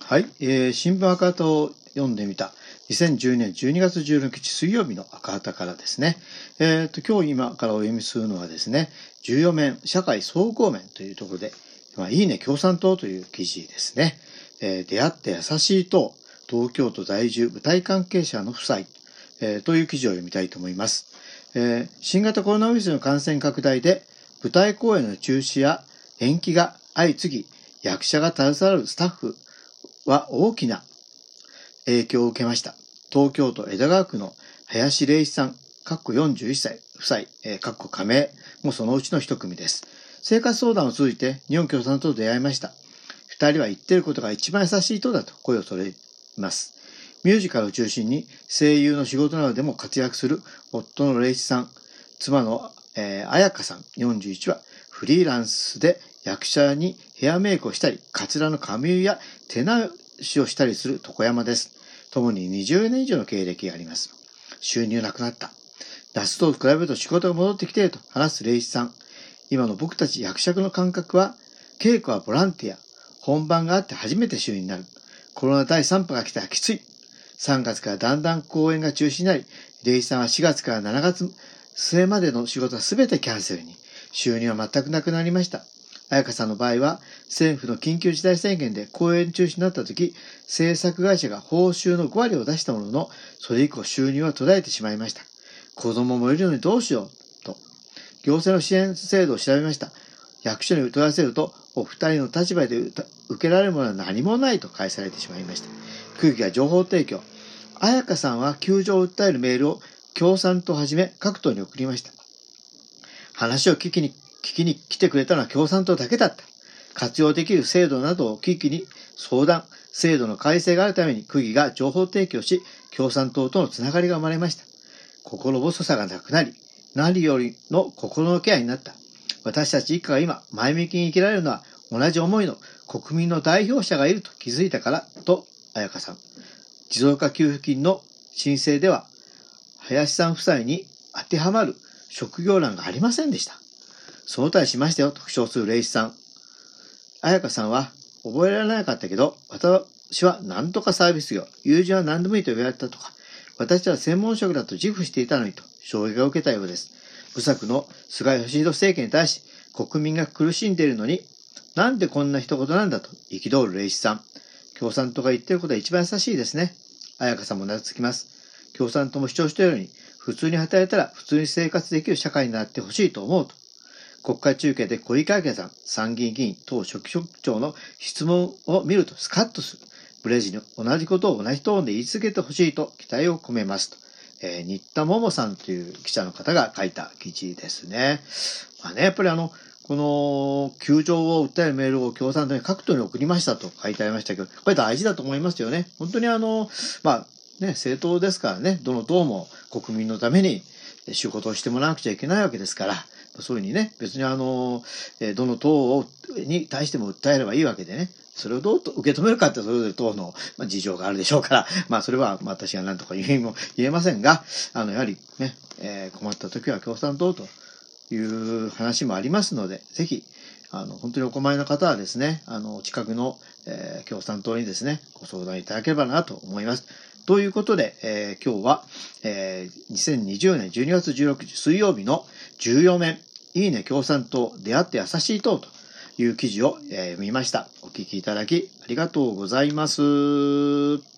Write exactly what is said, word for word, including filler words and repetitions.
はい、えー、新聞赤旗を読んでみたにせんじゅうねんじゅうにがつじゅうろくにち水曜日の赤旗からですね、えー、と今日今からお読みするのはですね、重要面社会総合面というところで、まあ、いいね共産党という記事ですね。えー、出会って優しい党、東京都在住舞台関係者の夫妻、えー、という記事を読みたいと思います。えー、新型コロナウイルスの感染拡大で舞台公演の中止や延期が相次ぎ、役者が携わるスタッフは大きな影響を受けました。東京都江戸川区の林礼一さん、かっこよんじゅういっさい、夫妻、えー、かっこ仮名もそのうちの一組です。生活相談を通じて日本共産党と出会いました。二人は言っていることが一番優しい党だと声を揃えます。ミュージカルを中心に声優の仕事などでも活躍する夫の礼一さん、妻の、えー、彩香さんよんじゅういちはフリーランスで役者にヘアメイクをしたり、カツラの髪結いや手直しをしたりする床山です。共ににじゅうねん以上の経歴があります。収入なくなった。夏と比べると仕事が戻ってきていると話す礼一さん。今の僕たち役者の感覚は、稽古はボランティア、本番があって初めて週になる。コロナだいさん波が来たらきつい。さんがつからだんだん公演が中止になり、礼一さんはしがつからしちがつ末までの仕事はすべてキャンセルに。収入は全くなくなりました。彩香さんの場合は、政府の緊急事態宣言で公演中止になったとき、制作会社が報酬のごわりを出したものの、それ以降収入は途絶えてしまいました。子供もいるのにどうしようと、行政の支援制度を調べました。役所に問い合わせると、お二人の立場で受けられるものは何もないと返されてしまいました。空気が情報提供。彩香さんは窮状を訴えるメールを共産党をはじめ各党に送りました。話を聞きに聞きに来てくれたのは共産党だけだった。活用できる制度などを危機に相談、制度の改正があるために区議が情報提供し、共産党とのつながりが生まれました。心細さがなくなり、何よりの心のケアになった。私たち一家が今、前向きに生きられるのは、同じ思いの国民の代表者がいると気づいたから、と、彩香さん。持続化給付金の申請では、林さん夫妻に当てはまる職業欄がありませんでした。その他にしましたよと負傷する礼一さん。彩香さんは、覚えられなかったけど、私は何とかサービス業、友人は何でもいいと言われたとか、私は専門職だと自負していたのにと衝撃を受けたようです。不作の菅義偉政権に対し、国民が苦しんでいるのに、なんでこんな一言なんだと憤る礼一さん。共産党が言っていることは一番優しいですね。彩香さんもうなずきます。共産党も主張しているように、普通に働いたら普通に生活できる社会になってほしいと思うと。国会中継で小池晃さん、参議院議員党書記局長の質問を見るとスカッとする。ブレジに同じことを同じトーンで言い続けてほしいと期待を込めますと。えー、新田桃さんという記者の方が書いた記事ですね。まあね、やっぱりあの、この、窮状を訴えるメールを共産党に各党に送りましたと書いてありましたけど、これ大事だと思いますよね。本当にあの、まあね、政党ですからね、どの党も国民のために仕事をしてもらわなくちゃいけないわけですから、そういうふうにね、別にあの、どの党に対しても訴えればいいわけでね、それをどう受け止めるかってそれぞれ党の事情があるでしょうから、まあそれは私が何とか言えも言えませんが、あの、やはりね、えー、困った時は共産党という話もありますので、ぜひ、あの、本当にお困りの方はですね、あの、近くの、えー、共産党にですね、ご相談いただければなと思います。ということで、えー、今日は、えー、にせんにじゅうねんじゅうにがつじゅうろくにち水曜日の重要面、いいね共産党出会って優しい党という記事を、えー、見ました。お聞きいただきありがとうございます。